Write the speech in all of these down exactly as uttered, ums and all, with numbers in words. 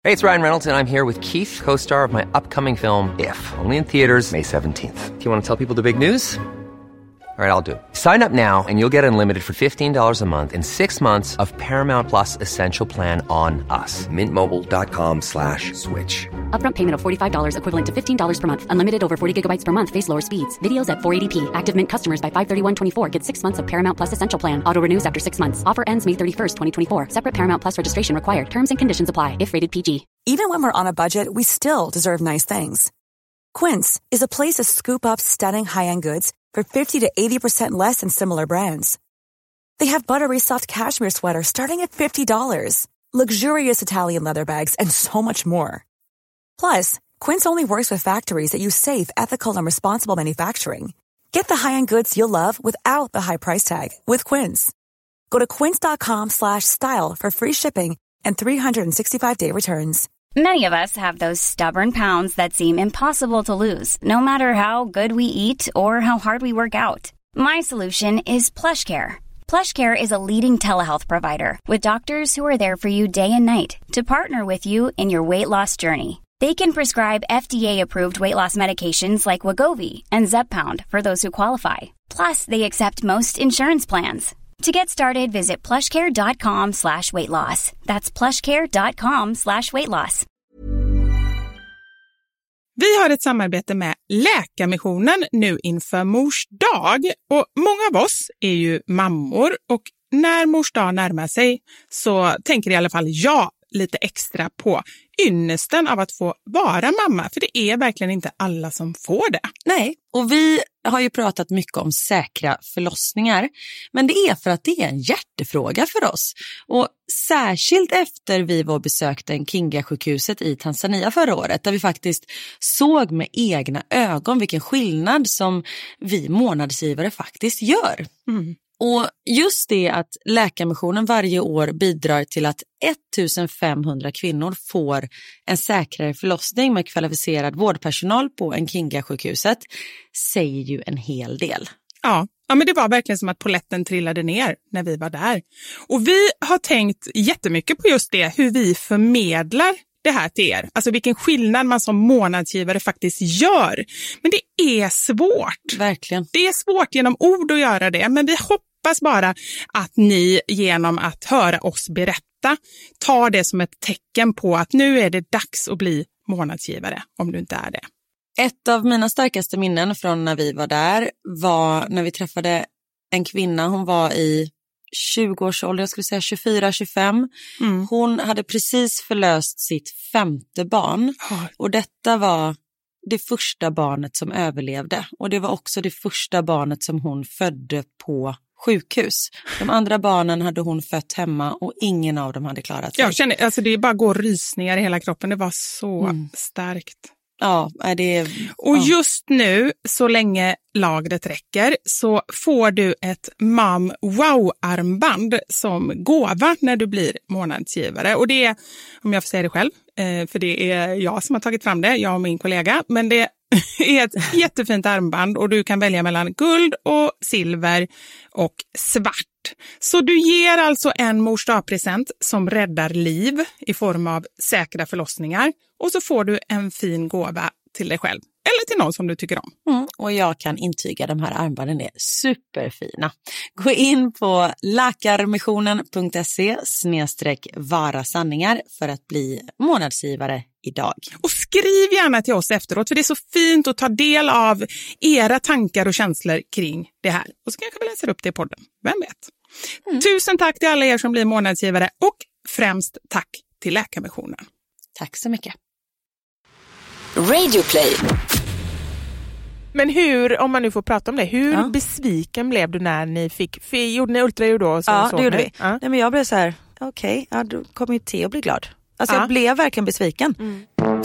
Hey, it's Ryan Reynolds, and I'm here with Keith, co-star of my upcoming film, If, only in theaters May seventeenth. Do you want to tell people the big news? All right, I'll do it. Sign up now and you'll get unlimited for fifteen dollars a month and six months of Paramount Plus Essential Plan on us. Mint Mobile dot com slash switch. Upfront payment of forty-five dollars equivalent to fifteen dollars per month. Unlimited over forty gigabytes per month. Face lower speeds. Videos at four eighty p. Active Mint customers by five thirty-one twenty-four get six months of Paramount Plus Essential Plan. Auto renews after six months. Offer ends May thirty-first, twenty twenty-four. Separate Paramount Plus registration required. Terms and conditions apply if rated P G. Even when we're on a budget, we still deserve nice things. Quince is a place to scoop up stunning high-end goods for fifty to eighty percent less than similar brands. They have buttery soft cashmere sweaters starting at fifty dollars, luxurious Italian leather bags, and so much more. Plus, Quince only works with factories that use safe, ethical, and responsible manufacturing. Get the high-end goods you'll love without the high price tag with Quince. Go to quince.com slash style for free shipping and three sixty-five day returns. Many of us have those stubborn pounds that seem impossible to lose, no matter how good we eat or how hard we work out. My solution is PlushCare. PlushCare is a leading telehealth provider with doctors who are there for you day and night to partner with you in your weight loss journey. They can prescribe F D A-approved weight loss medications like Wegovy and Zepbound for those who qualify. Plus, they accept most insurance plans. To get started, visit plushcare.com slash weight loss. That's plushcare.com slash weight loss. Vi har ett samarbete med Läkarmissionen nu inför Mors dag. Och många av oss är ju mammor, och när Mors dag närmar sig så tänker i alla fall jag lite extra på ynnesten av att få vara mamma. För det är verkligen inte alla som får det. Nej, och vi har ju pratat mycket om säkra förlossningar. Men det är för att det är en hjärtefråga för oss. Och särskilt efter vi var besökte Nkinga-sjukhuset i Tanzania förra året. Där vi faktiskt såg med egna ögon vilken skillnad som vi månadsgivare faktiskt gör. Mm. Och just det att Läkarmissionen varje år bidrar till att femtonhundra kvinnor får en säkrare förlossning med kvalificerad vårdpersonal på Nkinga-sjukhuset säger ju en hel del. Ja, ja, men det var verkligen som att poletten trillade ner när vi var där. Och vi har tänkt jättemycket på just det, hur vi förmedlar det här till er. Alltså vilken skillnad man som månadsgivare faktiskt gör. Men det är svårt. Verkligen. Det är svårt genom ord att göra det. Men vi hoppas bara att ni genom att höra oss berätta tar det som ett tecken på att nu är det dags att bli månadsgivare, om du inte är det. Ett av mina starkaste minnen från när vi var där var när vi träffade en kvinna. Hon var i tjugo-årsåldern, jag skulle säga tjugofyra tjugofem. Mm. Hon hade precis förlöst sitt femte barn. Oh. Och detta var det första barnet som överlevde. Och det var också det första barnet som hon födde på sjukhus. De andra barnen hade hon fött hemma och ingen av dem hade klarat sig. Jag känner, alltså det är bara går rysningar i hela kroppen. Det var så mm. starkt. Ja, det är... Och ja. just nu, så länge lagret räcker, så får du ett Mom Wow-armband som gåva när du blir månadsgivare. Och det är, om jag får säga det själv, för det är jag som har tagit fram det, jag och min kollega, men det är ett jättefint armband och du kan välja mellan guld och silver och svart. Så du ger alltså en morsdagspresent som räddar liv i form av säkra förlossningar, och så får du en fin gåva till dig själv eller till någon som du tycker om. Mm, och jag kan intyga de här armbanden är superfina. Gå in på lakarmissionen.se snedstreck vara sanningar för att bli månadsgivare idag. Och skriv gärna till oss efteråt, för det är så fint att ta del av era tankar och känslor kring det här. Och så kanske vi läser upp det i podden. Vem vet? Mm. Tusen tack till alla er som blir månadsgivare, och främst tack till Läkarmissionen. Tack så mycket. Radio Play. Men hur, om man nu får prata om det, hur ja. besviken blev du när ni fick, för, gjorde ni ultraljud då? Så ja, så det gjorde ni? vi. Ja. Nej, men jag blev så här, okej, okay, ja, då kommer ju Theo bli glad. Alltså ja. jag blev verkligen besviken. Mm.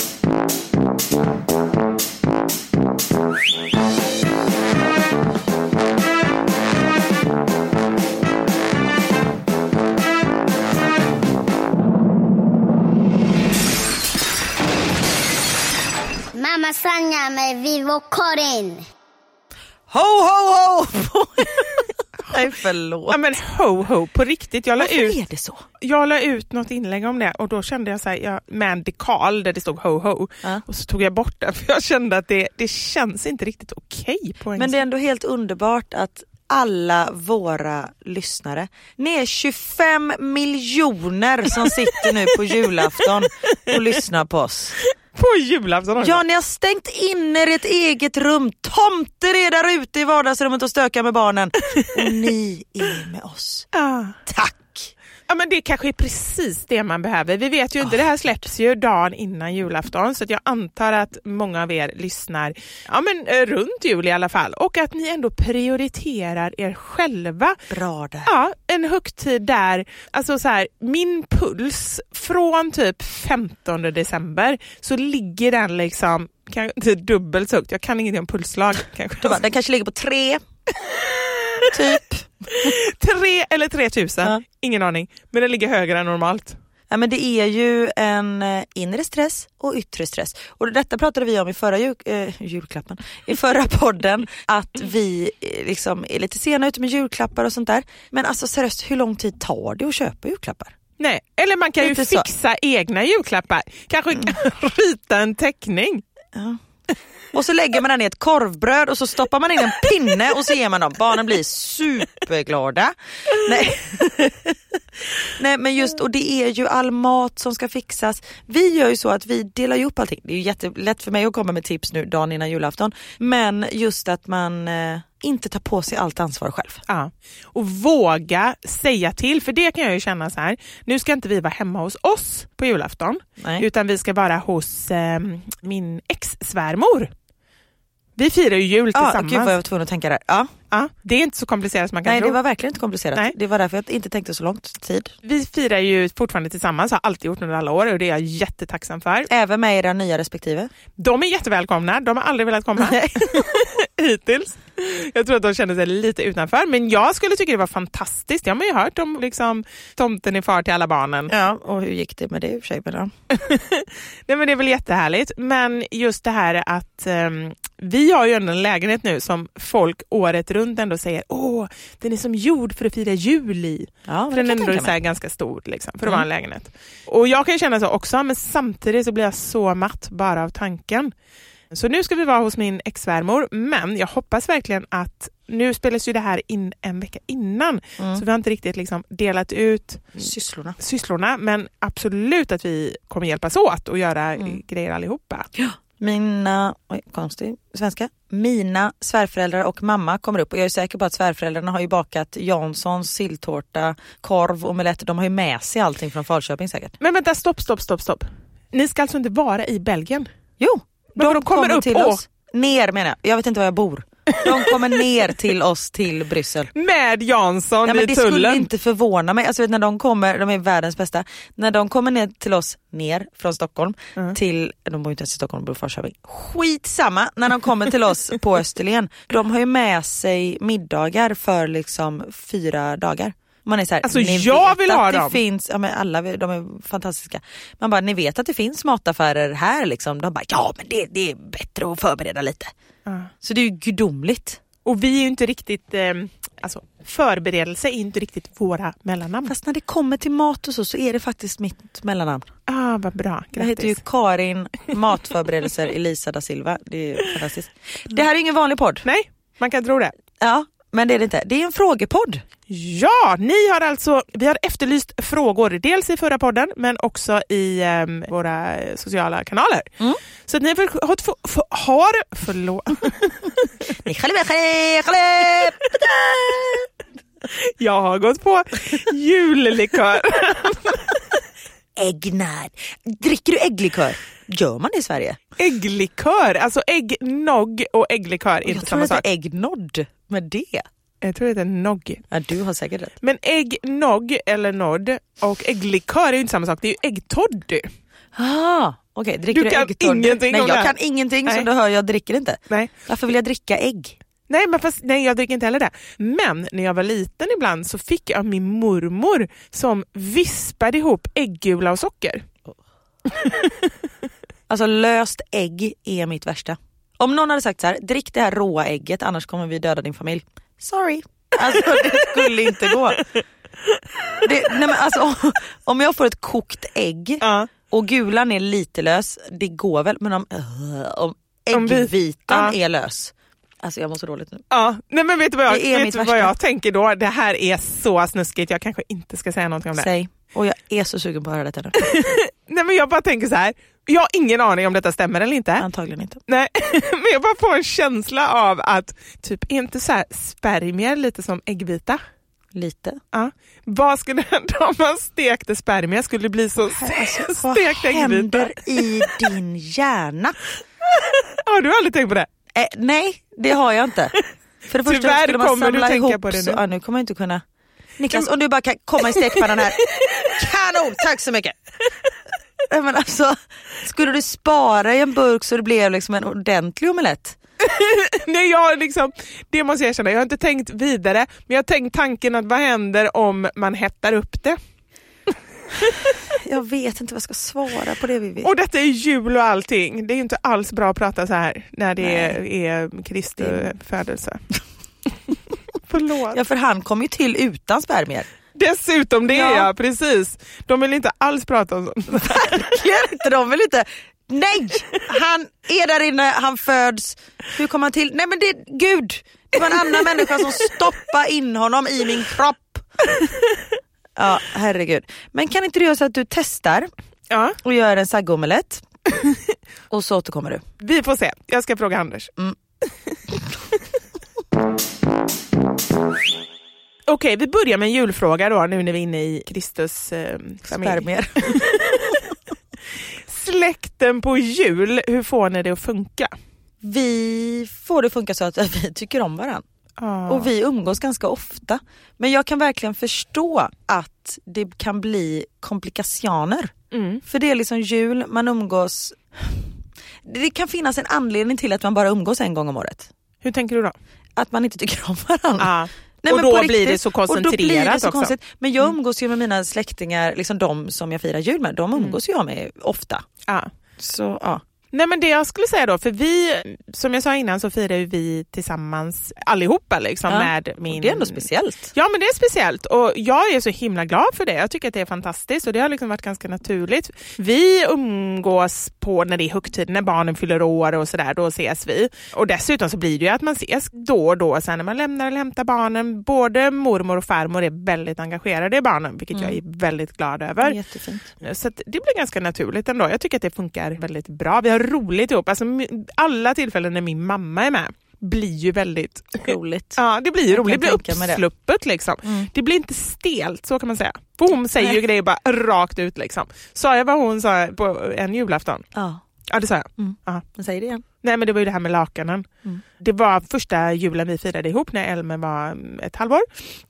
Mamma Sanja med Vivo Karin. Ho, ho, ho! Nej, förlåt. Ja, men ho ho, på riktigt. Jag la Varför ut, är det så? jag la ut något inlägg om det och då kände jag så här, jag, med en dekal där det stod ho ho. Ja. Och så tog jag bort det för jag kände att det, det känns inte riktigt okej på engelska. Men det är ändå helt underbart att alla våra lyssnare, ni är tjugofem miljoner som sitter nu på julafton och lyssnar på oss. På julafton också. Ja, ni har stängt in er i ett eget rum. Tomter är där ute i vardagsrummet och stökar med barnen. Och ni är med oss. Ah. Tack! Ja, men det kanske är precis det man behöver. Vi vet ju inte, det här släpps ju dagen innan julafton så att jag antar att många av er lyssnar ja, men, eh, runt jul i alla fall. Och att ni ändå prioriterar er själva. Bra där. Ja, en högtid där, alltså så här, min puls från typ femtonde december så ligger den liksom kanske dubbelt så högt. Jag kan ingenting om pulsslag. Kanske. Bara, den kanske ligger på tre. Typ. Tre eller tre tusen, Ja. ingen aning. Men den ligger högre än normalt. Ja, men det är ju en inre stress och yttre stress. Och detta pratade vi om i förra jul, äh, julklappen. I förra podden. Att vi liksom är lite sena ute med julklappar och sånt där. Men alltså seriöst, hur lång tid tar det att köpa julklappar? Nej, eller man kan Lite ju så. fixa egna julklappar. Kanske Mm. rita en teckning. Ja. Och så lägger man den i ett korvbröd och så stoppar man in en pinne och så ger man dem. Barnen blir superglada. Nej. Nej, men just, och det är ju all mat som ska fixas. Vi gör ju så att vi delar ju upp allting. Det är ju jättelätt för mig att komma med tips nu dagen innan julafton. Men just att man eh, inte tar på sig allt ansvar själv. Ja. Och våga säga till, för det kan jag ju känna så här. Nu ska inte vi vara hemma hos oss på julafton. Nej. Utan vi ska vara hos eh, min ex-svärmor. Vi firar ju jul Ja, tillsammans. gud vad jag var tvungen att tänka där. Ja. Ja, det är inte så komplicerat som man kan Nej, tro. det var verkligen inte komplicerat. Nej. Det var därför jag inte tänkte så långt tid. Vi firar ju fortfarande tillsammans, har alltid gjort under alla år och det är jag jättetacksam för. Även med era nya respektive. De är jättevälkomna, de har aldrig velat komma hittills. Jag tror att de kände sig lite utanför, men jag skulle tycka det var fantastiskt. Jag har ju hört om liksom, tomten är far till alla barnen. Ja, och hur gick det med det i och för sig? Men Nej, men det är väl jättehärligt, men just det här att um, vi har ju ändå en lägenhet nu som folk året runt ändå säger, åh, den är som gjord för att fira jul i. ja, För den är ändå så här ganska stor liksom, för att vara en lägenhet. Och jag kan ju känna så också, men samtidigt så blir jag så matt bara av tanken. Så nu ska vi vara hos min ex-svärmor, men jag hoppas verkligen att nu spelas ju det här in en vecka innan. Mm. Så vi har inte riktigt liksom delat ut sysslorna. sysslorna, men absolut att vi kommer hjälpas åt och göra Mm. grejer allihopa. Ja. Mina, oj, konstig svenska. Mina svärföräldrar och mamma kommer upp och jag är säker på att svärföräldrarna har ju bakat Janssons silltårta, korv och omelett. De har ju med sig allting från Falköping säkert. Men vänta, stopp, stopp, stopp, stopp. Ni ska alltså inte vara i Belgien? Jo, Men de de kommer kommer upp till och- oss. Ner menar jag. Jag vet inte var jag bor. De kommer ner till oss till Bryssel. Med Jansson Ja, men i det tullen? skulle inte förvåna mig. Alltså, vet, när de kommer, de är världens bästa. När de kommer ner till oss, ner från Stockholm Mm. till, de bor inte ens i Stockholm, de bor i Falköping. Skitsamma, när de kommer till oss på Österlen. De har ju med sig middagar för liksom fyra dagar. Man är så här, Alltså, ni jag vet vill att ha det dem. Finns, ja, men alla, de är fantastiska. Man bara, ni vet att det finns mataffärer här liksom. De bara, ja men det, det är bättre att förbereda lite. Ja. Så det är ju gudomligt. Och vi är ju inte riktigt, eh, alltså förberedelse är inte riktigt våra mellannamn. Fast när det kommer till mat och så, så är det faktiskt mitt mellannamn. Ah, vad bra, grattis. Jag heter ju Karin Matförberedelser Elisa da Silva. Det är ju fantastiskt. Det här är ingen vanlig podd. Nej, man kan tro det. Ja, men det är det inte. Det är en frågepodd. Ja, ni har alltså, vi har efterlyst frågor dels i förra podden men också i eh, våra sociala kanaler. Mm. Så att ni har, har, för, har förlåt. Ni själva, själva, själva. Jag har gått på jullikör. Äggnad. Dricker du ägglikör? Gör man det i Sverige? Ägglikör, alltså äggnog och ägglikör är inte Jag tror samma att det sak. är äggnodd med det. Jag tror att det är nog. Ja, du har säkert rätt. Men äggnog eller nodd och ägglikör är ju inte samma sak. Det är ju äggtoddy. Ah, okej. Okay. Dricker Du du, kan äggtoddy? ingenting Nej, om jag det här. kan ingenting Nej. som du hör. Jag dricker inte. Nej. Varför vill jag dricka ägg? Nej, men fast, nej, jag dricker inte heller det. Men när jag var liten ibland så fick jag av min mormor som vispade ihop äggula och socker. Alltså löst ägg är mitt värsta. Om någon hade sagt så här, drick det här råa ägget annars kommer vi döda din familj. Sorry. Alltså det skulle inte gå. Det, nej men alltså, om, om jag får ett kokt ägg ja. och gulan är lite lös, det går väl. Men om, om äggvitan om vi, ja. är lös, alltså jag mår så dåligt nu. Ja, nej men vet du vad jag, det är vet vad jag tänker då? Det här är så snuskigt, jag kanske inte ska säga någonting om det. Säg, och jag är så sugen på att höra detta nu. Nej men jag bara tänker så här. Jag har ingen aning om detta stämmer eller inte. Antagligen inte. Nej, men jag bara får en känsla av att typ är inte så här spermier lite som äggvita? Lite. Ja. Vad skulle hända om man stekte spermier? Skulle det bli så alltså, stekt äggvita? Vad händer i din hjärna? Har du aldrig tänkt på det? Eh, nej, det har jag inte. För det första Tyvärr skulle man kommer samla du tänka ihop på det nu. Så, ja, nu kommer jag inte kunna. Niklas, om du bara kan komma i stekpannan här. Kanon, tack så mycket. Men alltså, skulle du spara i en burk så det blev liksom en ordentlig omelett? Nej, jag liksom, det måste jag erkänna. Jag har inte tänkt vidare, men jag har tänkt tanken att vad händer om man hettar upp det? Jag vet inte vad jag ska svara på det, Vivi. Och detta är jul och allting. Det är inte alls bra att prata så här när det Nej. är Kristi det... födelse. Förlåt. Ja, för han kom ju till utan spermier. Dessutom det ja. är jag, precis. De vill inte alls prata om sånt. Verkligen inte, de vill inte. Nej, han är där inne, han föds. Hur kom han till? Nej men det, gud, det var en annan människa som stoppade in honom i min kropp. Ja, herregud. Men kan inte du göra så att du testar ja. och gör en saggomelett och så återkommer du? Vi får se, jag ska fråga Anders. Mm. Okej, vi börjar med en julfråga då, nu när vi är inne i Kristus eh, familj. Spermier. Släkten på jul, hur får ni det att funka? Vi får det funka så att vi tycker om varandra. Ah. Och vi umgås ganska ofta. Men jag kan verkligen förstå att det kan bli komplikationer. Mm. För det är liksom jul, man umgås. Det kan finnas en anledning till att man bara umgås en gång om året. Hur tänker du då? Att man inte tycker om varandra. Ah. Nej, och då blir det så koncentrerat och då blir det så också. konstigt. Men jag umgås ju med mina släktingar, liksom de som jag firar jul med, de umgås mm. jag med ofta. Ah. Så ja. Nej men det jag skulle säga då, för vi, som jag sa innan så firar vi tillsammans allihopa liksom ja. med min... Det är ändå speciellt. Ja men det är speciellt och jag är så himla glad för det. Jag tycker att det är fantastiskt och det har liksom varit ganska naturligt. Vi umgås på när det är högtid, när barnen fyller år och sådär, då ses vi. Och dessutom så blir det ju att man ses då och då sen när man lämnar eller hämtar barnen. Både mormor och farmor är väldigt engagerade i barnen, vilket mm. jag är väldigt glad över. Jättefint. Så att det blir ganska naturligt ändå. Jag tycker att det funkar väldigt bra. Vi har roligt ihop. Alltså, alla tillfällen när min mamma är med blir ju väldigt roligt. Ja, det blir ju roligt. Det blir uppsluppet liksom. Mm. Det blir inte stelt, så kan man säga. För hon säger Nej. ju grejer bara rakt ut liksom. Sa jag vad hon sa på en julafton? Ja. Ja, det sa jag. Mm. Ja. Men säg det igen. Nej, men det var ju det här med lakanen. Mm. Det var första julen vi firade ihop när Elmen var ett halvår.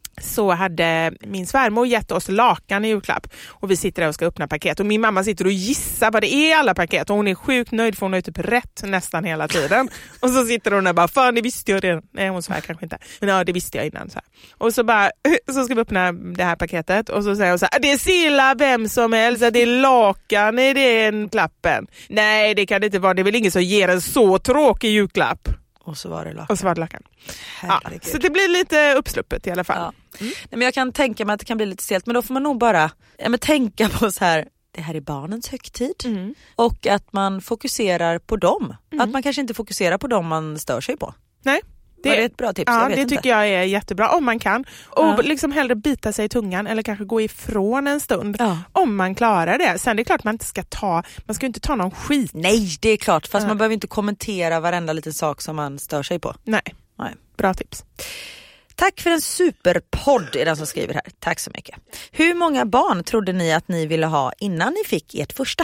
Så hade min svärmor gett oss lakan i julklapp och vi sitter där och ska öppna paket och min mamma sitter och gissar vad det är i alla paket och hon är sjukt nöjd för hon har typ rätt nästan hela tiden och så sitter hon där och bara, fan det visste jag redan. Nej, hon svär kanske inte, men ja, det visste jag innan så här. Och så bara, så ska vi öppna det här paketet och så säger hon så här, det ser vem som helst, det är lakan i den klappen. Nej, det kan det inte vara, det är väl ingen som ger en så tråkig julklapp. Och så var det lakan. Och så var det lakan. Ja, så det blir lite uppsluppet i alla fall. Ja. Mm. Nej, men jag kan tänka mig att det kan bli lite stelt, men då får man nog bara ja, men tänka på så här, det här är barnens högtid mm. och att man fokuserar på dem. Mm. Att man kanske inte fokuserar på dem man stör sig på. Nej. Det är ett bra tips. Ja, jag vet det inte. tycker jag är jättebra om man kan. Och ja. liksom hellre bita sig i tungan eller kanske gå ifrån en stund ja. om man klarar det. Sen det är klart man inte ska ta, man ska inte ta någon skit. Nej, det är klart. Fast ja. man behöver inte kommentera varenda liten sak som man stör sig på. Nej, Nej. Bra tips. Tack för en superpodd är den som skriver här. Tack så mycket. Hur många barn trodde ni att ni ville ha innan ni fick ert första?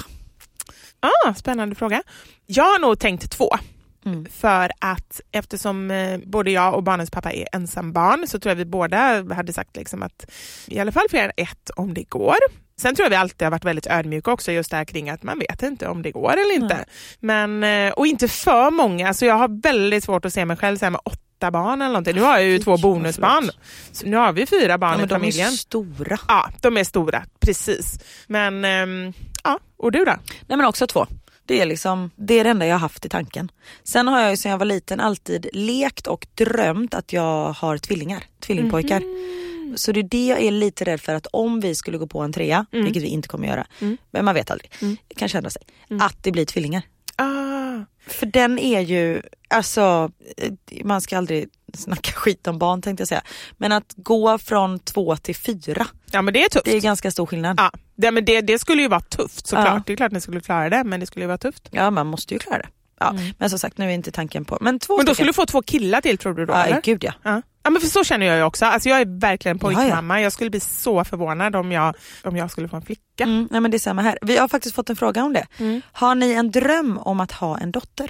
Ah, spännande fråga. Jag har nog tänkt två. Mm. För att eftersom eh, både jag och barnens pappa är ensam barn så tror jag vi båda hade sagt liksom att i alla fall för ett om det går. Sen tror jag vi alltid har varit väldigt ödmjuka också just där kring att man vet inte om det går eller inte. Mm. Men, eh, och inte för många. Så jag har väldigt svårt att se mig själv så här med åtta barn eller någonting. Nu har jag ju två bonusbarn. Så nu har vi fyra barn ja, i familjen. De är stora. Ja, de är stora. Precis. Men, eh, ja. Och du då? Nej men också två. Det är liksom, det är det enda jag har haft i tanken. Sen har jag ju sedan jag var liten alltid lekt och drömt att jag har tvillingar, tvillingpojkar. Mm. Så det är det jag är lite rädd för, att om vi skulle gå på en trea, mm. vilket vi inte kommer göra, mm. men man vet aldrig, mm. kanske ändra sig, mm. att det blir tvillingar. Ah. För den är ju, alltså, man ska aldrig snacka skit om barn tänkte jag säga. Men att gå från två till fyra. Ja, men det är tufft. Det är ganska stor skillnad. Ja, det, men det, det skulle ju vara tufft såklart. Ja. Det är klart att ni skulle klara det, men det skulle ju vara tufft. Ja, man måste ju klara det. Ja, mm. Men som sagt, nu är inte tanken på. Men, två men då stycken. skulle du få två killar till, tror du då? Ja, eller? gud ja. Ja. Ja, men för så känner jag ju också. Alltså jag är verkligen pojkmamma. Ja, ja. Jag skulle bli så förvånad om jag, om jag skulle få en flicka. Mm, nej, men det är samma här. Vi har faktiskt fått en fråga om det. Mm. Har ni en dröm om att ha en dotter?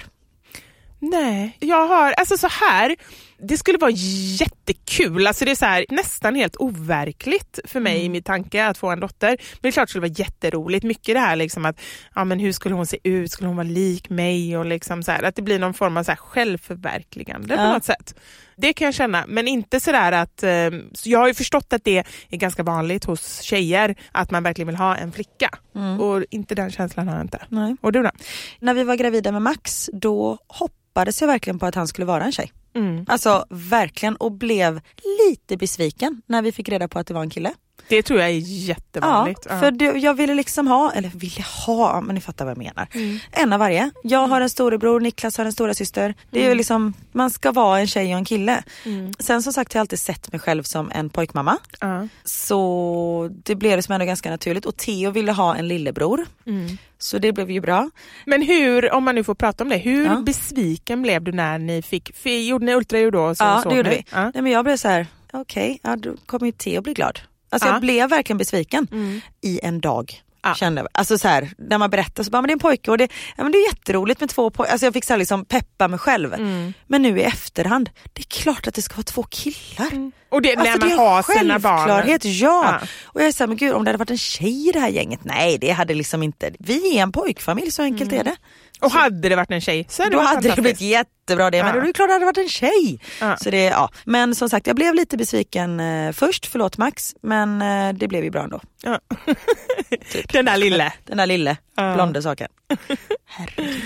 Nej, jag har, alltså så här, det skulle vara jättekul, alltså det är så här, nästan helt overkligt för mig mm. i min tanke att få en dotter, men det är klart det skulle vara jätteroligt, mycket det här liksom att, ja men hur skulle hon se ut, skulle hon vara lik mig och liksom så här, att det blir någon form av så här självförverkligande ja. på något sätt. Det kan jag känna, men inte sådär att, eh, så jag har ju förstått att det är ganska vanligt hos tjejer att man verkligen vill ha en flicka. Mm. Och inte den känslan har jag inte. Nej. Och du då? När vi var gravida med Max, då hoppades jag verkligen på att han skulle vara en tjej. Mm. Alltså verkligen, och blev lite besviken när vi fick reda på att det var en kille. Det tror jag är jättevanligt. Ja, för det, jag ville liksom ha, eller ville ha, men ni fattar vad jag menar. Mm. En av varje. Jag har en storebror, Niklas har en stora syster. Det är mm. ju liksom, man ska vara en tjej och en kille. Mm. Sen som sagt har jag alltid sett mig själv som en pojkmamma. Uh. Så det blev det som ändå ganska naturligt. Och Theo ville ha en lillebror. Mm. Så det blev ju bra. Men hur, om man nu får prata om det, hur ja. besviken blev du när ni fick, för, gjorde ni ultraljud då? Så, ja, så det gjorde ni? vi. Ja. Nej, men jag blev så här, okej, okay, ja, då kommer ju Theo bli glad. Alltså ja. jag blev verkligen besviken mm. i en dag. Ja. Kände jag. Alltså så här, när man berättar så bara, men det är en pojke och det, ja, men det är jätteroligt med två pojkar. Alltså jag fick så här liksom peppa mig själv. Mm. Men nu i efterhand, det är klart att det ska vara två killar. Mm. Och det, alltså, när man det har sina barn. Ja. ja. Och jag är så här, men gud, om det hade varit en tjej i det här gänget, nej det hade liksom inte. Vi är en pojkfamilj, så enkelt mm. är det. Och så, hade det varit en tjej så hade då det hade det blivit jättebra det, men ja. då är det klart att det hade varit en tjej. Ja. Så det, ja. Men som sagt, jag blev lite besviken eh, först, förlåt Max, men eh, det blev ju bra ändå. Ja. Typ. Den där lille. Den där lille, ja. blonde saken. Herregud.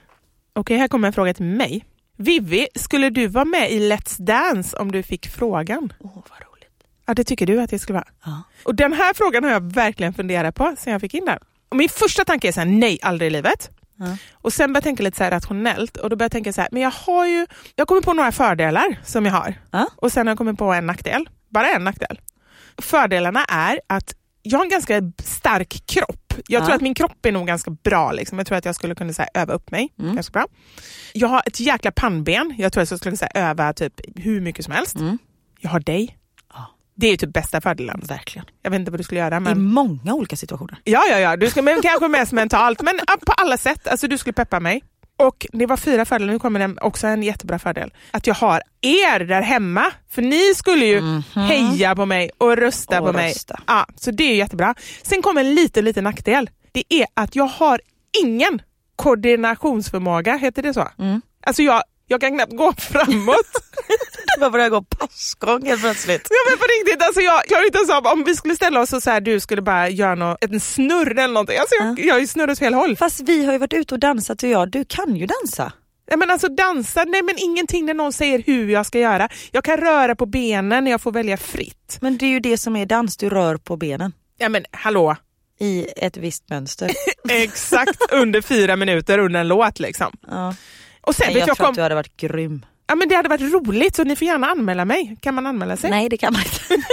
Okej, här kommer en fråga till mig. Vivi, skulle du vara med i Let's Dance om du fick frågan? Åh, oh, vad roligt. Ja, det tycker du att det skulle vara. Ja. Och den här frågan har jag verkligen funderat på sen jag fick in den. Och min första tanke är så här, nej, aldrig i livet. Mm. Och sen börjar jag tänka lite så här rationellt. Och då börjar jag tänka så här, men jag har ju, jag kommer på några fördelar som jag har. Mm. Och sen har jag kommit på en nackdel. Bara en nackdel. Fördelarna är att jag har en ganska stark kropp. Jag mm. tror att min kropp är nog ganska bra. Liksom. Jag tror att jag skulle kunna så här, öva upp mig. Mm. Ganska bra. Jag har ett jäkla pannben. Jag tror att jag skulle så här, öva typ hur mycket som helst. Mm. Jag har dig. Det är ju typ bästa fördelen. Verkligen. Jag vet inte vad du skulle göra. Men... I många olika situationer. Ja, ja, ja. Du ska, men kanske mest mentalt. Men på alla sätt. Alltså du skulle peppa mig. Och det var fyra fördelar. Nu kommer det också en jättebra fördel. Att jag har er där hemma. För ni skulle ju mm-hmm. heja på mig och rösta och på rösta. mig. Ja, så det är ju jättebra. Sen kommer en liten, liten nackdel. Det är att jag har ingen koordinationsförmåga. Heter det så? Mm. Alltså jag... Jag kan knappt gå framåt. Det var började gå passgång helt plötsligt. Ja, men på riktigt, alltså jag klarar inte ens av, om vi skulle ställa oss och så här, du skulle bara göra något, en snurr eller någonting. Alltså jag, uh. jag är ju snurrat åt fel håll. Fast vi har ju varit ute och dansat och jag, du kan ju dansa. Ja, men alltså dansa, nej men ingenting där någon säger hur jag ska göra. Jag kan röra på benen, jag får välja fritt. Men det är ju det som är dans, du rör på benen. Ja men hallå. I ett visst mönster. Exakt, under fyra minuter under en låt liksom. Ja. Och sen, Nej, vet jag, jag tror kom... att du hade varit grym. Ja, men det hade varit roligt, så ni får gärna anmäla mig. Kan man anmäla sig? Nej, det kan man inte.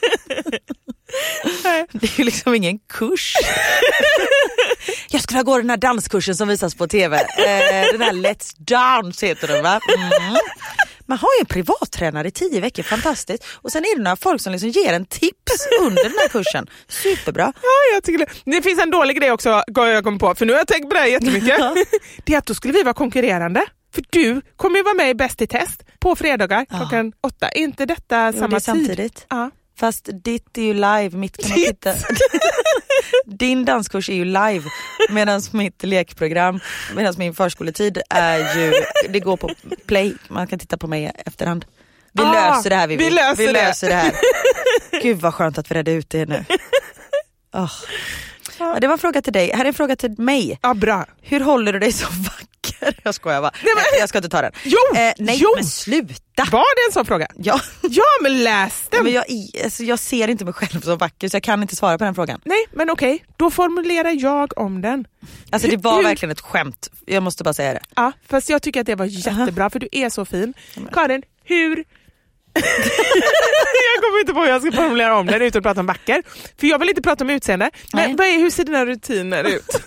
Det är ju liksom ingen kurs. Jag skulle gå den här danskursen som visas på tv. Eh, den här Let's Dance heter den, va? Mm. Man har ju en privattränare i tio veckor, fantastiskt. Och sen är det några folk som liksom ger en tips under den här kursen. Superbra. Ja, jag tycker det. Det finns en dålig grej också, jag kommer på. För nu har jag tänkt på det här jättemycket. Det är att då skulle vi vara konkurrerande. För du kommer ju vara med i Bäst i test på fredagar ja. klockan åtta. Är inte detta jo, samma det är tid? Samtidigt. Ja. Fast ditt är ju live, mitt kan man titta. Din danskurs är ju live, medan mitt lekprogram, medan min förskoletid är ju, det går på play, man kan titta på mig efterhand. Vi ah, löser det här, vi, vi löser, vi det. löser det här. Gud vad skönt att vi redde ut det nu. Oh. Ja, det var en fråga till dig. Här är en fråga till mig. Ja, bra. Hur håller du dig så vacker? Jag skojar bara. Nej, men... Jag ska inte ta den. Jo, eh, nej, jo. men sluta. Var det en sån fråga? Ja. Ja, men läs den. Ja, men jag, alltså, jag ser inte mig själv som vacker så jag kan inte svara på den frågan. Nej, men okej. Då formulerar jag om den. Alltså det var hur... verkligen ett skämt. Jag måste bara säga det. Ja, fast jag tycker att det var jättebra för du är så fin. Karin, hur... jag kommer inte på hur jag ska formulera om den utan att prata om vacker. För jag vill inte prata om utseende. Men Nej. vad är, hur ser dina rutiner ut?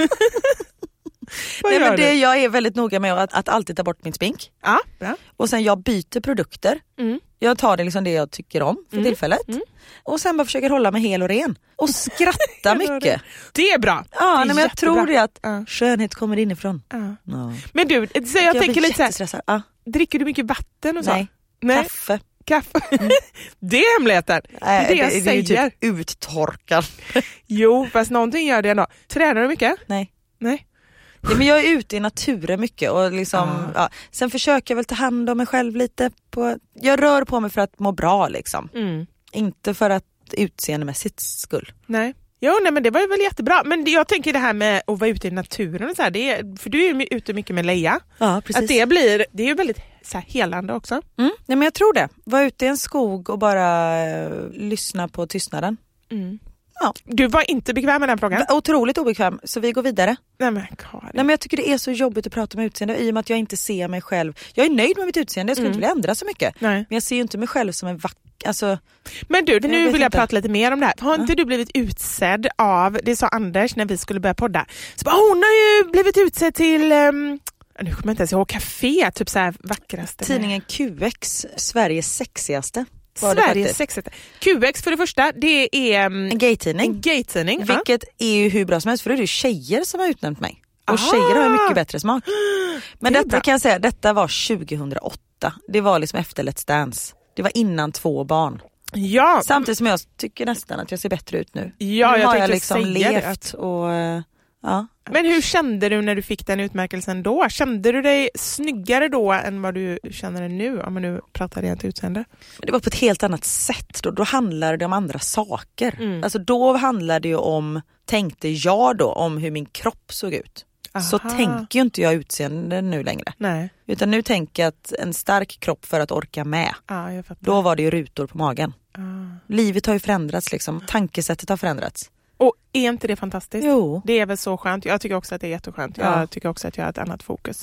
Nej, men det, jag är väldigt noga med att, att alltid ta bort min smink. Ja, bra. Och sen jag byter produkter. Mm. Jag tar det liksom det jag tycker om för mm. tillfället. Mm. Och sen bara försöker hålla mig hel och ren. Och skratta mycket. Det är bra. Ja, det är nej, men jag tror det att ja. skönhet kommer inifrån. Ja. Ja. Men du, så jag, jag tänker lite så här, ja. dricker du mycket vatten och så? Nej, nej. kaffe. Kaffe. Mm. Det är hemligheten. Det är det jag det, säger. Det är ju typ uttorkad. Jo, fast någonting gör det ändå. Tränar du mycket? Nej. Nej. Ja, men jag är ute i naturen mycket och liksom, ah. ja. Sen försöker jag väl ta hand om mig själv lite. På, jag rör på mig för att må bra liksom. Mm. Inte för att utseendemässigt skull. Nej. Jo, nej, men det var ju väl jättebra. Men det, jag tänker det här med att vara ute i naturen och så här, det är, för du är ju ute mycket med Leia. Ja, precis. Att det blir, det är ju väldigt så här, helande också. Mm, nej, men jag tror det. Vara ute i en skog och bara uh, lyssna på tystnaden. Mm. Ja. Du var inte bekväm med den frågan? Otroligt obekväm, så vi går vidare. Nej, men, Karin. Nej, men jag tycker det är så jobbigt att prata om utseende i och med att jag inte ser mig själv. Jag är nöjd med mitt utseende, jag skulle mm. inte vilja ändra så mycket. Nej. Men jag ser ju inte mig själv som en vacker. Alltså, men du, nu jag vill jag inte. prata lite mer om det här. Har inte ja. du blivit utsedd av, det sa Anders när vi skulle börja podda, så bara, hon har ju blivit utsedd till... Um, nu kommer jag inte ens ihåg, café, typ så här vackraste. Tidningen Q X, Sveriges sexigaste. Sveriges sexigaste. Q X för det första, det är um, en gaytidning. En gaytidning. Vilket ja. är ju hur bra som helst, för det är ju tjejer som har utnämnt mig. Och Aha. tjejer har mycket bättre smak. Men det detta bra. kan jag säga, detta var tjugohundraåtta. Det var liksom efter Let's Dance. Det var innan två barn. Ja. Samtidigt som jag tycker nästan att jag ser bättre ut nu. Ja, nu jag har tänkte jag liksom säga levt det. Och ja. Men hur kände du när du fick den utmärkelsen då? Kände du dig snyggare då än vad du känner dig nu? Om man nu pratar rent utseende. Det var på ett helt annat sätt då. Då handlade det om andra saker. Mm. Alltså då handlade det ju om, tänkte jag då, om hur min kropp såg ut. Aha. Så tänker ju inte jag utseende nu längre. Nej. Utan nu tänker jag att en stark kropp för att orka med. Ja, jag fattar. Då var det ju rutor på magen. Ah. Livet har ju förändrats liksom. Tankesättet har förändrats. Och är inte det fantastiskt? Jo. Det är väl så skönt. Jag tycker också att det är jätteskönt. Ja. Jag tycker också att jag har ett annat fokus.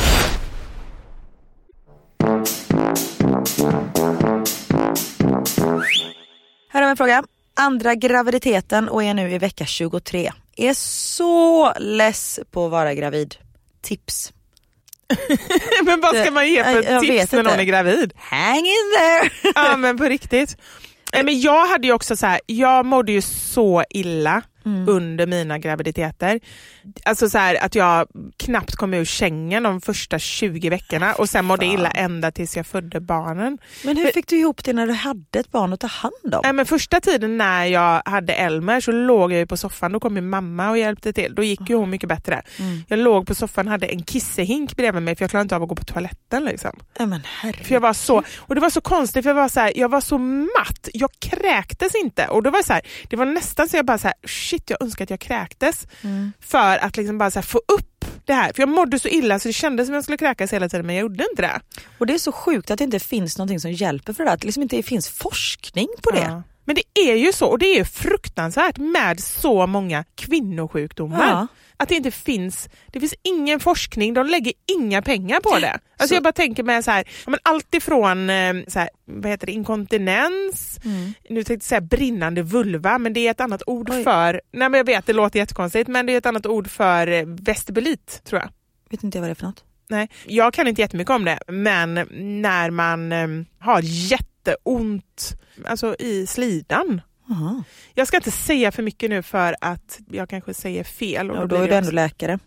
Här har vi en fråga. Andra graviditeten och är nu i vecka tjugotre. Är så less på att vara gravid. Tips. Men vad ska man ge för jag, jag tips när någon är gravid? Hang in there! Ja, men på riktigt. Men jag hade ju också så här, jag mådde ju så illa mm. under mina graviditeter. Alltså så här, att jag knappt kom ur sängen de första tjugo veckorna och sen mådde illa ända tills jag födde barnen. Men hur fick du ihop det när du hade ett barn att ta hand om? Nej, men första tiden när jag hade Elmer så låg jag ju på soffan, då kom min mamma och hjälpte till. Då gick ju hon mycket bättre. Mm. Jag låg på soffan och hade en kissehink bredvid mig för jag klarade inte av att gå på toaletten liksom. Ja, men herregud. För jag var så, och det var så konstigt för jag var så här, jag var så matt. Jag kräktes inte och då var det så här, det var nästan så jag bara så här, shit, jag önskar att jag kräktes mm. för att liksom bara så här, få upp det här. För jag mådde så illa så det kändes som jag skulle kräkas hela tiden, men jag gjorde inte det. Och det är så sjukt att det inte finns någonting som hjälper för det, att det liksom inte finns forskning på det. Ja. Men det är ju så, och det är ju fruktansvärt med så många kvinnosjukdomar. Ja. Att det inte finns, det finns ingen forskning, de lägger inga pengar på det. Alltså så. Jag bara tänker mig så här, ja, men allt ifrån så här, vad heter det, inkontinens, mm. nu tänkte jag säga brinnande vulva, men det är ett annat ord Oj. för, nej men jag vet, det låter jättekonstigt, men det är ett annat ord för vestibulit, tror jag. Vet inte vad det är för något? Nej, jag kan inte jättemycket om det, men när man um, har jätteont alltså i slidan. Aha. Jag ska inte säga för mycket nu för att jag kanske säger fel. Och ja, då, då är du ändå läkare.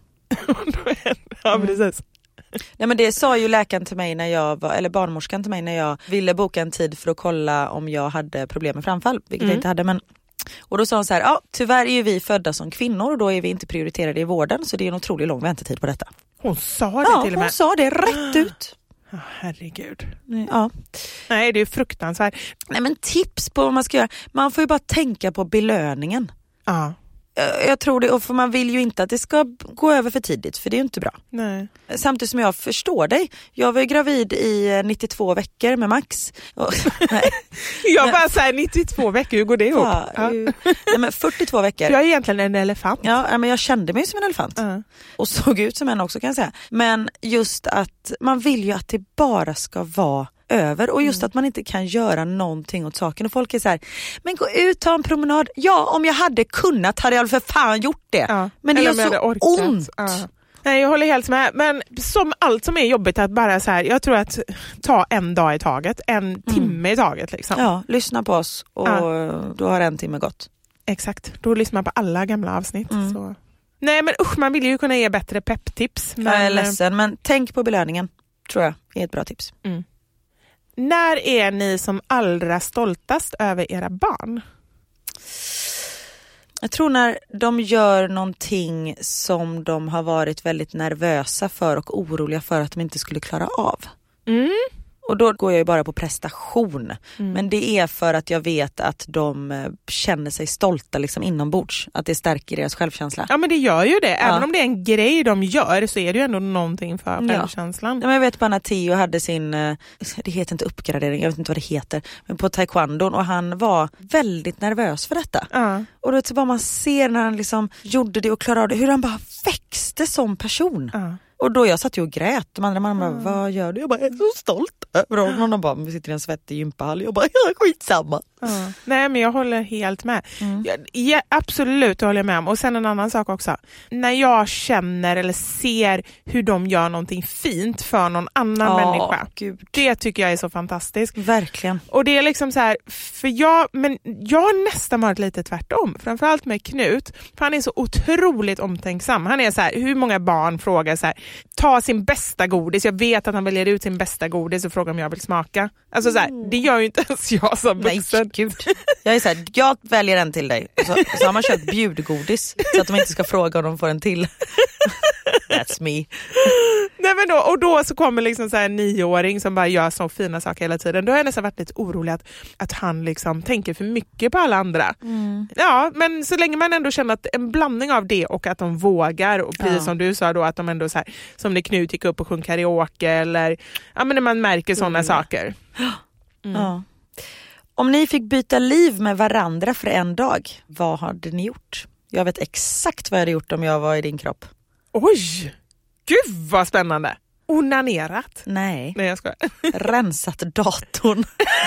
Ja, precis. Nej, men det sa ju läkaren till mig när jag var, eller barnmorskan till mig när jag ville boka en tid för att kolla om jag hade problem med framfall, vilket mm. jag inte hade, men och då sa hon så här, ja, tyvärr är ju vi födda som kvinnor och då är vi inte prioriterade i vården, så det är en otroligt lång väntetid på detta. Hon sa det ja, till och med. hon sa det rätt ut. Oh, herregud. Ja. Nej, det är fruktansvärt. Nej, men tips på vad man ska göra. Man får ju bara tänka på belöningen. Ja. Jag tror det, och för man vill ju inte att det ska gå över för tidigt, för det är ju inte bra. Nej. Samtidigt som jag förstår dig. Jag var ju gravid i nittiotvå veckor med Max. Och, nej. Jag bara säger nittiotvå veckor, hur går det ihop? Ja, ja. Nej, men fyrtiotvå veckor. Jag är egentligen en elefant. Ja, men jag kände mig som en elefant. Uh-huh. Och såg ut som en också, kan jag säga. Men just att man vill ju att det bara ska vara över, och just mm. att man inte kan göra någonting åt saken, och folk är så här: men gå ut, ta en promenad. Ja, om jag hade kunnat hade jag för fan gjort det. Ja. Men det Eller är så ont. Ja. Nej, jag håller helt med. Men som allt som är jobbigt, att bara så här, jag tror att ta en dag i taget, en mm. timme i taget liksom. Ja, lyssna på oss och ja. Då har en timme gått. Exakt, då lyssnar man på alla gamla avsnitt. Mm. Så. Nej, men usch, man vill ju kunna ge bättre pepptips. Men... Jag är ledsen, men tänk på belöningen, tror jag är ett bra tips. Mm. När är ni som allra stoltast över era barn? Jag tror när de gör någonting som de har varit väldigt nervösa för och oroliga för att de inte skulle klara av. Mm. Och då går jag ju bara på prestation. Mm. Men det är för att jag vet att de känner sig stolta liksom inombords. Att det stärker deras självkänsla. Ja, men det gör ju det. Ja. Även om det är en grej de gör, så är det ju ändå någonting för självkänslan. Ja, men jag vet bara när Theo hade sin, det heter inte uppgradering, jag vet inte vad det heter, men på taekwondo, och han var väldigt nervös för detta. Ja. Och då så bara man ser när han liksom gjorde det och klarade av det, hur han bara växte som person. Ja. Och då jag satt ju och grät. De andra mamma bara, vad gör du? Jag bara, jag är så stolt över dem. Och de bara, vi sitter i en svettig gympahall. Jag bara, jag är skitsamma. Uh. Nej, men jag håller helt med. Mm. Jag, ja, absolut, håller jag med om. Och sen en annan sak också. När jag känner eller ser hur de gör någonting fint för någon annan oh, människa. Gud. Det tycker jag är så fantastiskt. Verkligen. Och det är liksom så här, för jag, men jag har nästan varit lite tvärtom. Framförallt med Knut. För han är så otroligt omtänksam. Han är så här, hur många barn frågar så här, ta sin bästa godis. Jag vet att han väljer ut sin bästa godis och frågar om jag vill smaka. Alltså så här, det gör ju inte ens jag som vuxen. Nej, gud. Jag är så här, jag väljer en till dig. Så, så har man köpt bjudgodis så att de inte ska fråga om de får en till. That's me. Nej, men då, och då så kommer liksom så här en nioåring som bara gör så fina saker hela tiden. Då har jag nästan varit lite orolig att, att han liksom tänker för mycket på alla andra. Mm. Ja, men så länge man ändå känner att en blandning av det och att de vågar, och precis ja. som du sa då, att de ändå så här, som när Knut gick upp och sjöng karaoke, eller ja, men när man märker sådana mm. saker. Mm. Ja. Om ni fick byta liv med varandra för en dag, vad hade ni gjort? Jag vet exakt vad jag hade gjort om jag var i din kropp. Oj! Gud vad spännande! Onanerat? Nej. Nej, jag skojar. Rensat datorn.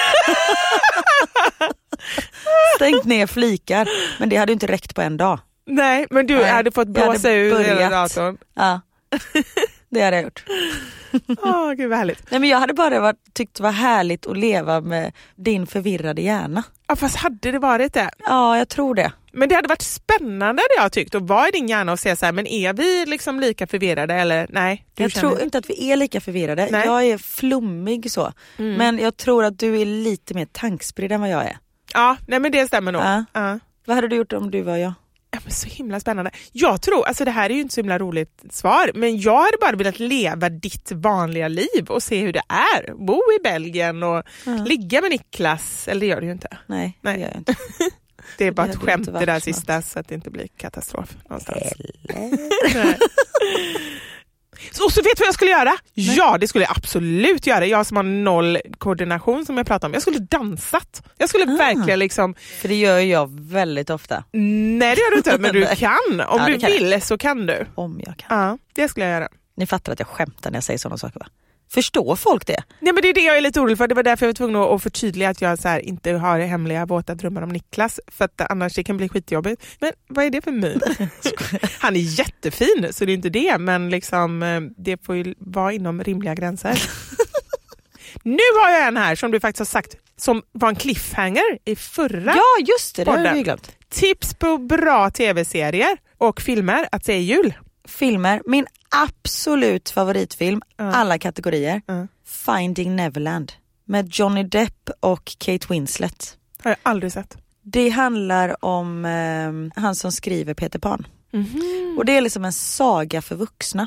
Stängt ner flikar. Men det hade inte räckt på en dag. Nej, men du Nej, hade fått blåsa ur hela datorn. Ja, det hade jag gjort. Åh, oh, gud vad härligt. Nej, men jag hade bara varit, tyckt det var härligt att leva med din förvirrade hjärna. Ja, fast hade det varit det? Ja, jag tror det. Men det hade varit spännande, det jag tyckt, att vara i din hjärna och se så här, men är vi liksom lika förvirrade eller nej? Jag tror inte. inte att vi är lika förvirrade. Nej. Jag är flummig så. Mm. Men jag tror att du är lite mer tankspridd än vad jag är. Ja, nej men det stämmer nog. Ja. Ja. Vad hade du gjort om du var jag? Ja, men så himla spännande. Jag tror, alltså det här är ju inte så himla roligt svar, men jag hade bara velat leva ditt vanliga liv och se hur det är. Bo i Belgien och ja. ligga med Niklas, eller det gör du ju inte. Nej, nej. Det gör jag inte. Det är bara ett skämt det där sista så att det inte blir katastrof någonstans. Eller? Och så vet du vad jag skulle göra? Nej. Ja, det skulle jag absolut göra. Jag som har noll koordination som jag pratade om. Jag skulle dansat. Jag skulle ah. verkligen liksom... För det gör jag väldigt ofta. Nej, det gör du inte. Men du kan. Om ja, du kan vill jag. Så kan du. Om jag kan. Ja, det skulle jag göra. Ni fattar att jag skämtar när jag säger sådana saker, va? Förstår folk det? Nej, men det är det jag är lite orolig för. Det var därför jag var tvungen att förtydliga att jag så här inte har hemliga våta drömmar om Niklas. För att annars det kan bli skitjobbigt. Men vad är det för min? Han är jättefin, så det är inte det. Men liksom, det får ju vara inom rimliga gränser. Nu har jag en här som du faktiskt har sagt som var en cliffhanger i förra Ja, just det. Det podden. har jag glömt. Tips på bra tv-serier och filmer att se i jul. Filmer. Min absolut favoritfilm, uh. alla kategorier. Uh. Finding Neverland. Med Johnny Depp och Kate Winslet. Har jag aldrig sett. Det handlar om eh, han som skriver Peter Pan. Mm-hmm. Och det är liksom en saga för vuxna.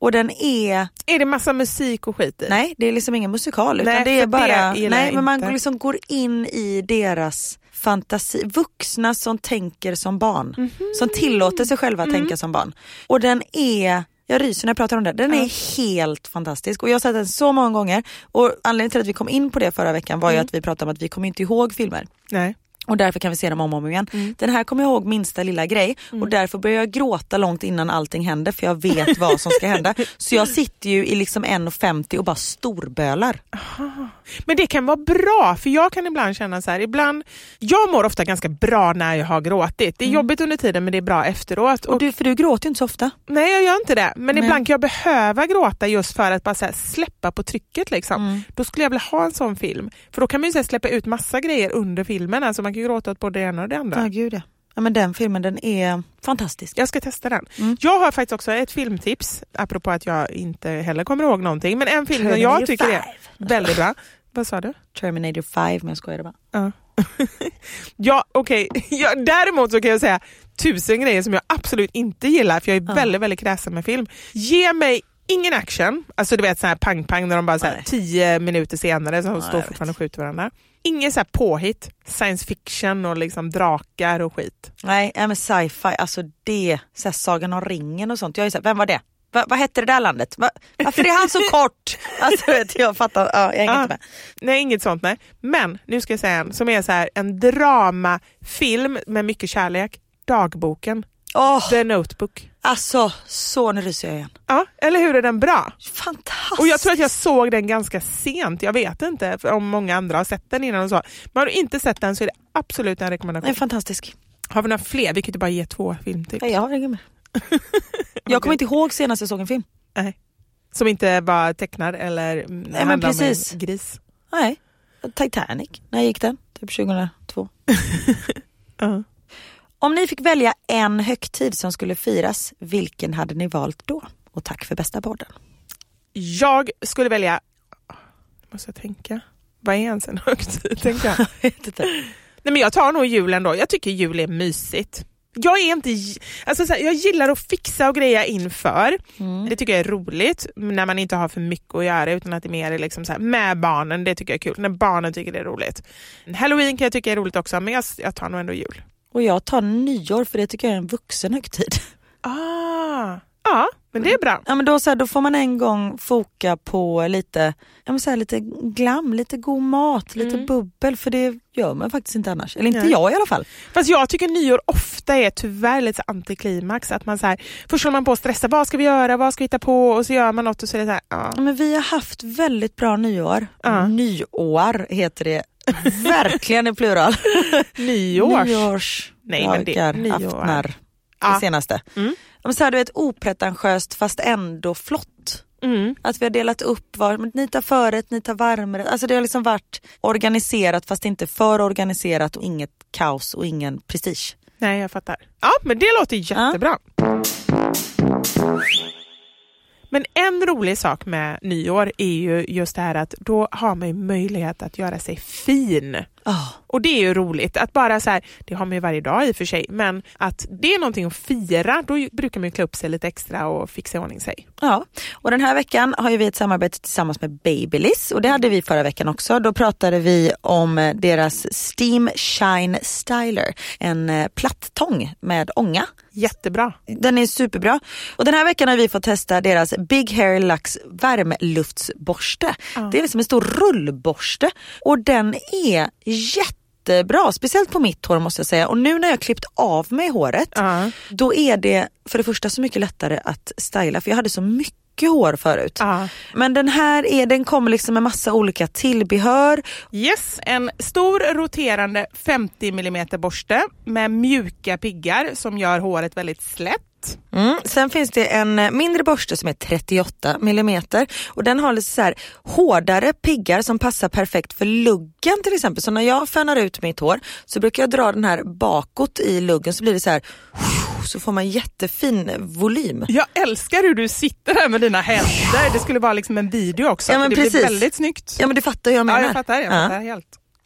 Och den är... Är det massa musik och skit i? Nej, det är liksom ingen musikal. Utan Nej, det är bara... det nej, men man inte. liksom går in i deras fantasi. Vuxna som tänker som barn. Mm-hmm. Som tillåter sig själva att mm. tänka som barn. Och den är... Jag ryser när jag pratar om det. Den ja. är helt fantastisk. Och jag har sett den så många gånger. Och anledningen till att vi kom in på det förra veckan var mm. ju att vi pratade om att vi kommer inte ihåg filmer. Nej. Och därför kan vi se dem om och om igen. Mm. Den här kommer jag ihåg minsta lilla grej. Mm. Och därför börjar jag gråta långt innan allting händer. För jag vet vad som ska hända. Så jag sitter ju i liksom en femtio och bara storbölar. Aha. Men det kan vara bra. För jag kan ibland känna så här. Ibland, jag mår ofta ganska bra när jag har gråtit. Det är mm. jobbigt under tiden men det är bra efteråt. Och, och du, för du gråter ju inte så ofta. Nej, jag gör inte det. Men Nej. ibland kan jag behöva gråta just för att bara så här, släppa på trycket. Liksom. Mm. Då skulle jag vilja ha en sån film. För då kan man ju så här, släppa ut massa grejer under filmen. Alltså man kan ju gråta åt både det ena och det andra. Ja, gud ja. Ja, men den filmen, den är fantastisk. Jag ska testa den. Mm. Jag har faktiskt också ett filmtips, apropå att jag inte heller kommer ihåg någonting. Men en film som jag tycker är väldigt bra. Vad sa du? Terminator fem, men jag skojar bara. Ja, ja okej. Okay. Ja, däremot så kan jag säga tusen grejer som jag absolut inte gillar. För jag är ja. väldigt, väldigt kräsen med film. Ge mig ingen action. Alltså du vet så här pang-pang när de bara så här, tio minuter senare så ja, står fortfarande och skjuter varandra. Ingen så här påhitt, science fiction och liksom drakar och skit. Nej, men sci-fi, alltså det, så här, Sagan om ringen och sånt. Jag är så här, vem var det? Va, vad hette det där landet? Va, varför är han så kort? Alltså vet jag fattar, ja, jag hänger ah, inte med. Nej, inget sånt, nej. Men nu ska jag säga en som är så här en dramafilm med mycket kärlek. Dagboken. Oh, The Notebook. Alltså, så nu ryser jag igen. Ja, eller hur är den bra? Fantastisk. Och jag tror att jag såg den ganska sent. Jag vet inte om många andra har sett den innan och så. Men har du inte sett den så är det absolut en rekommendation. Den är fantastisk. Har vi några fler? Vi kan inte bara ge två filmtips. Nej, jag har inget med. Jag kommer inte ihåg senast jag såg en film. Nej. Som inte var tecknad eller Nej, men precis. Gris. Nej, Titanic. När gick den? Typ tjugohundratvå. uh-huh. Om ni fick välja en högtid som skulle firas, vilken hade ni valt då? Och tack för bästa podden. Jag skulle välja... Måste jag tänka? Vad är ens en högtid? Tänker jag. Nej, men jag tar nog julen då. Jag tycker jul är mysigt. Jag är inte... Alltså så här, jag gillar att fixa och greja inför. Mm. Det tycker jag är roligt. När man inte har för mycket att göra utan att det är mer liksom så här, med barnen. Det tycker jag är kul. När barnen tycker det är roligt. Halloween kan jag tycka är roligt också. Men jag, jag tar nog ändå jul. Och jag tar nyår för det tycker jag är en vuxen högtid. Ah, ja, men det är bra. Ja, men då, så här, då får man en gång foka på lite, ja, men så här, lite glam, lite god mat, lite mm. bubbel. För det gör man faktiskt inte annars. Eller inte Nej. jag i alla fall. Fast jag tycker nyår ofta är tyvärr lite antiklimax. Att man så här, först håller man på att stressa, vad ska vi göra, vad ska vi hitta på? Och så gör man något och så är det så här, ja. Ja, men vi har haft väldigt bra nyår. Ja. Nyår heter det. Verkligen i plural. Nyårs. Nyårs. Nej, men det är nyår. Aftnar. Det ja. senaste. Mm. Så hade vi ett opretentiöst fast ändå flott. Mm. Att vi har delat upp var, ni tar förrätt, ni tar varmrätt. Alltså det har liksom varit organiserat fast inte för organiserat och inget kaos och ingen prestige. Nej, jag fattar. Ja, men det låter jättebra. Ja. Men en rolig sak med nyår är ju just det här att då har man ju möjlighet att göra sig fin. Oh. Och det är ju roligt att bara så här, det har man ju varje dag i och för sig, men att det är någonting att fira, då brukar man ju klä upp sig lite extra och fixa ordning sig. Ja, och den här veckan har ju vi ett samarbete tillsammans med Babyliss och det hade vi förra veckan också. Då pratade vi om deras Steam Shine Styler, en plattång med ånga. Jättebra. Den är superbra. Och den här veckan har vi fått testa deras Big Hair Lux värmeluftsborste. Ja. Det är liksom en stor rullborste och den är jättebra, speciellt på mitt hår måste jag säga. Och nu när jag klippt av mig håret, ja. då är det för det första så mycket lättare att styla, för jag hade så mycket hår förut. Ja. Men den här är, den kommer liksom med massa olika tillbehör. Yes, en stor roterande femtio millimeter borste med mjuka piggar som gör håret väldigt slätt. Mm. Sen finns det en mindre borste som är trettioåtta millimeter och den har lite så här hårdare piggar som passar perfekt för luggen till exempel. Så när jag fönar ut mitt hår så brukar jag dra den här bakåt i luggen så blir det så här, så får man jättefin volym. Jag älskar hur du sitter här med dina händer. Det skulle vara liksom en video också. Ja, men det precis. blir väldigt snyggt. Ja, men det fattar jag menar. Ja, jag fattar, jag fattar ja. helt.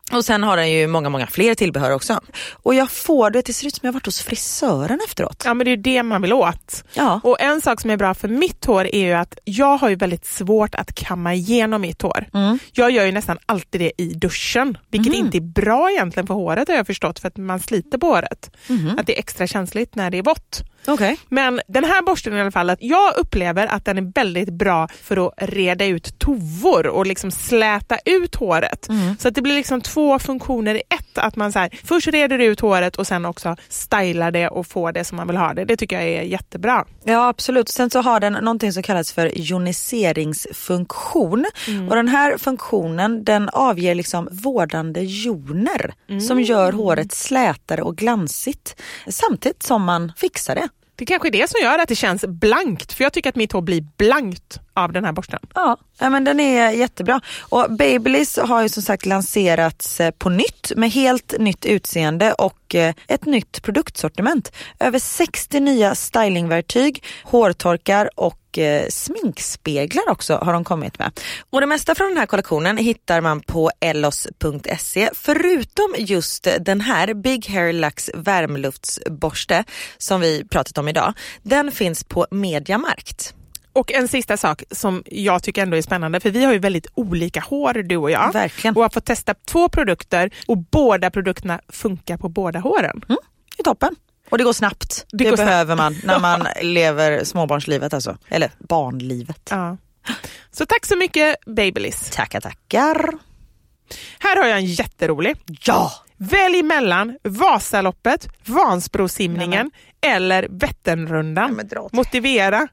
Och sen har den ju många, många fler tillbehör också. Och jag får det, det ser ut som jag har varit hos frisören efteråt. Ja, men det är ju det man vill åt. Ja. Och en sak som är bra för mitt hår är ju att jag har ju väldigt svårt att kamma igenom mitt hår. Mm. Jag gör ju nästan alltid det i duschen. Vilket Mm. inte är bra egentligen för håret, har jag förstått. För att man sliter på håret. Mm. Att det är extra känsligt när det är vått. Okej. Men den här borsten i alla fall, att jag upplever att den är väldigt bra för att reda ut tovor och liksom släta ut håret. Mm. Så att det blir liksom två funktioner i ett. Att man så här, först reder ut håret och sen också stylar det och får det som man vill ha det. Det tycker jag är jättebra. Ja, absolut. Sen så har den någonting som kallas för ioniseringsfunktion. Mm. Och den här funktionen, den avger liksom vårdande joner mm. som gör håret slätare och glansigt samtidigt som man fixar det. Det kanske är det som gör att det känns blankt. För jag tycker att mitt hår blir blankt av den här borsten. Ja, men den är jättebra. Och Babyliss har ju som sagt lanserats på nytt med helt nytt utseende och ett nytt produktsortiment. Över sextio nya stylingverktyg, hårtorkar och sminkspeglar också har de kommit med. Och det mesta från den här kollektionen hittar man på ellos punkt se förutom just den här Big Hair Luxe värmluftsborste som vi pratat om idag. Den finns på Mediamarkt. Och en sista sak som jag tycker ändå är spännande, för vi har ju väldigt olika hår, du och jag. Verkligen. Och har fått testa två produkter och båda produkterna funkar på båda håren. Mm, det är toppen. Och det går snabbt. Det, det går behöver snabbt. man när man lever småbarnslivet alltså. Eller barnlivet. Ja. Så tack så mycket Babyliss. Tackar, tackar. Här har jag en jätterolig. Ja! Välj mellan Vasaloppet, Vansbrosimningen eller Vätternrundan. Ja, motivera.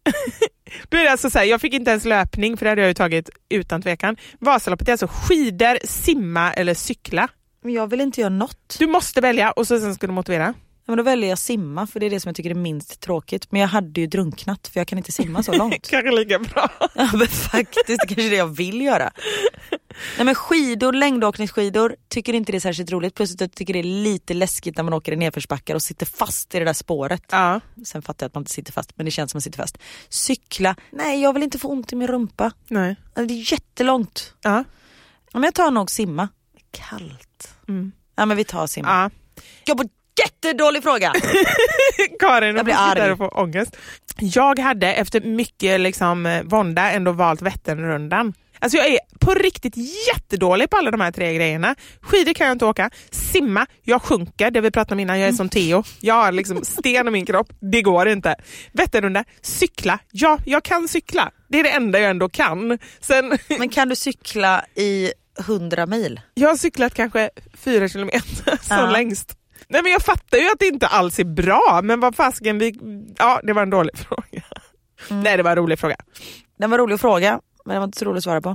Då är det alltså så här, jag fick inte ens löpning för det hade jag ju tagit utan tvekan. Vasaloppet är alltså skidor, simma eller cykla. Men jag vill inte göra något. Du måste välja och så sen ska du motivera. Ja, men då väljer jag simma för det är det som jag tycker är minst tråkigt. Men jag hade ju drunknat för jag kan inte simma så långt. Kanske lika bra. Ja, men faktiskt kanske det jag vill göra. Nej, men skidor, längdåkningsskidor tycker inte det är särskilt roligt. Plus att jag tycker det är lite läskigt när man åker i nedförsbackar och sitter fast i det där spåret. Ja. Sen fattar jag att man inte sitter fast, men det känns som att man sitter fast. Cykla, nej jag vill inte få ont i min rumpa. Nej. Det är jättelångt. Ja. Men jag tar nog simma. Kallt. Mm. Ja, men vi tar simma. Ja. Jag på jättedålig fråga. Karin, jag blir arg och får ångest. Jag hade efter mycket liksom vånda ändå valt Vätternrundan. Alltså jag är på riktigt jättedålig på alla de här tre grejerna. Skidor kan jag inte åka. Simma, jag sjunker. Det vi pratade om innan, jag är som Theo. Jag har liksom sten i min kropp. Det går inte. Vätternrunda, cykla. Ja, jag kan cykla. Det är det enda jag ändå kan. Sen... Men kan du cykla i hundra mil? Jag har cyklat kanske fyra kilometer som ja. längst. Nej, men jag fattar ju att det inte alls är bra. Men vad fasken vi... Ja, det var en dålig fråga. Mm. Nej, det var en rolig fråga. Den var en rolig fråga, men den var inte så rolig att svara på.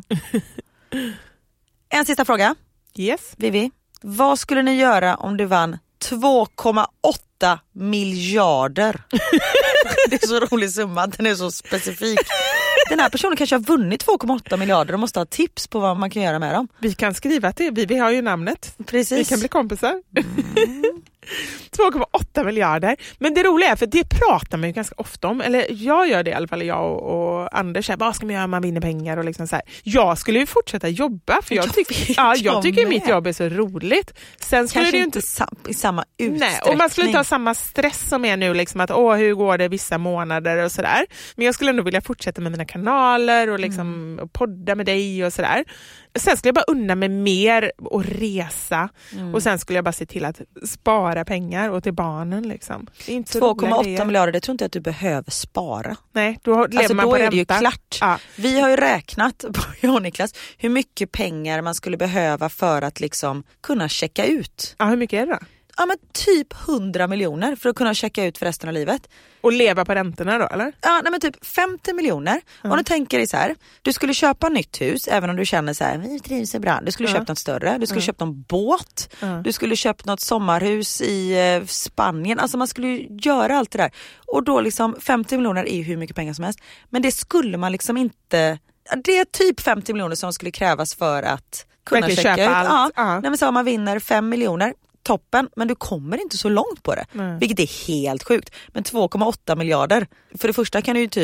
En sista fråga. Yes. Vivi, vad skulle ni göra om du vann två komma åtta miljarder? Det är så rolig summa, den är så specifik. Den här personen kanske har vunnit två komma åtta miljarder och måste ha tips på vad man kan göra med dem. Vi kan skriva till, vi, vi har ju namnet. Precis. Vi kan bli kompisar. Mm. två komma åtta miljarder. Men det roliga är, för det pratar man ju ganska ofta om. Eller jag gör det i alla fall, jag och, och Anders. Här, vad ska man göra om man vinner pengar? Och liksom så här. Jag skulle ju fortsätta jobba. För jag, tyck, ja, jag tycker ju mitt jobb är så roligt. Sen skulle kanske det ju inte sam- i samma utsträckning. Nej, och man skulle inte ha samma stress som är nu. Liksom att, åh, hur går det vissa månader och sådär. Men jag skulle ändå vilja fortsätta med mina kanaler och liksom mm. och podda med dig och sådär. Sen skulle jag bara unna mig mer och resa. Mm. Och sen skulle jag bara se till att spara pengar och till barnen. Liksom. två komma åtta miljarder, det tror inte att du behöver spara. Nej, då lever alltså, man då på är ränta. det ju klart. Ja. Vi har ju räknat på jag och Niklas hur mycket pengar man skulle behöva för att liksom kunna checka ut. Ja, hur mycket är det då? Ja, men typ hundra miljoner för att kunna checka ut för resten av livet. Och leva på räntorna då, eller? Ja, nej, men typ femtio miljoner. Mm. Om du tänker dig så här, du skulle köpa nytt hus även om du känner så här, vi trivs bra. Du skulle mm. köpa något större, du skulle mm. köpa någon båt, mm. du skulle köpa något sommarhus i eh, Spanien. Alltså man skulle ju göra allt det där. Och då liksom femtio miljoner är ju hur mycket pengar som helst. Men det skulle man liksom inte, det är typ femtio miljoner som skulle krävas för att kunna verkligen checka köpa ut. Allt. Ja, när man sa man vinner fem miljoner. Toppen, men du kommer inte så långt på det. Mm. Vilket är helt sjukt. Men två komma åtta miljarder. För det första kan du ju typ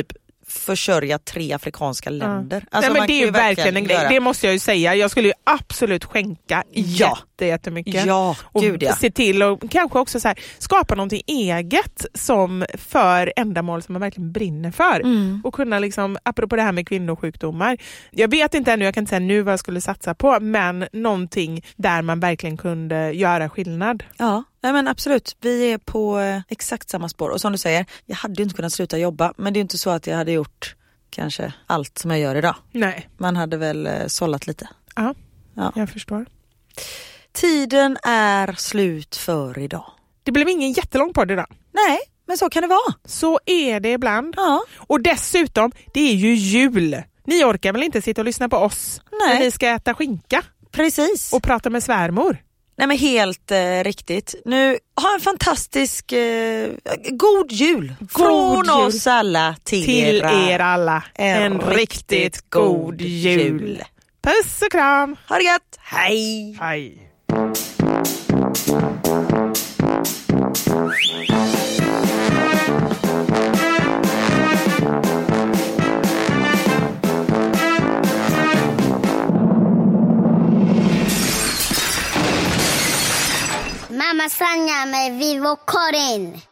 försörja tre afrikanska länder. Ja. Alltså, Nej, men det är ju verkligen en grej. göra. Det måste jag ju säga. Jag skulle ju absolut skänka Ja. jätte, jättemycket. Ja, och gud ja. se till och kanske också så här, skapa någonting eget som för ändamål som man verkligen brinner för. Mm. Och kunna liksom, apropå det här med kvinnosjukdomar. Jag vet inte ännu, jag kan inte säga nu vad jag skulle satsa på, men någonting där man verkligen kunde göra skillnad. Ja, nej men absolut. Vi är på eh, exakt samma spår. Och som du säger, jag hade ju inte kunnat sluta jobba. Men det är inte så att jag hade gjort kanske allt som jag gör idag. Nej. Man hade väl eh, sållat lite. Ja, Ja. jag förstår. Tiden är slut för idag. Det blev ingen jättelång podd idag. Nej, men så kan det vara. Så är det ibland. Ja. Och dessutom, det är ju jul. Ni orkar väl inte sitta och lyssna på oss Nej. när vi ska äta skinka Precis. och prata med svärmor? Nej men helt eh, riktigt. Nu, ha en fantastisk eh, god jul. God Från jul. oss alla till, Till era. er alla. En En, riktigt riktigt god god jul. jul. Puss och kram. Ha det gött. Hej. Hej. Mamma slangar med Vivo Karin.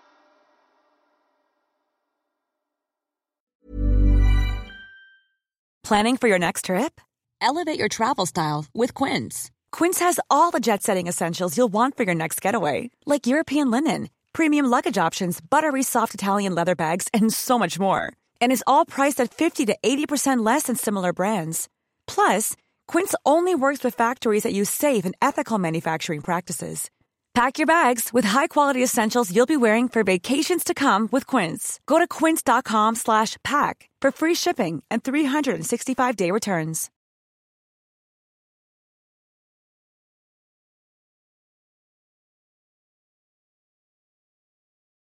Planning for your next trip? Elevate your travel style with Quince. Quince has all the jet-setting essentials you'll want for your next getaway, like European linen, premium luggage options, buttery soft Italian leather bags, and so much more. And is all priced at fifty to eighty percent less than similar brands. Plus, Quince only works with factories that use safe and ethical manufacturing practices. Pack your bags with high-quality essentials you'll be wearing for vacations to come with Quince. Go to quince dot com slash pack for free shipping and three sixty-five day returns.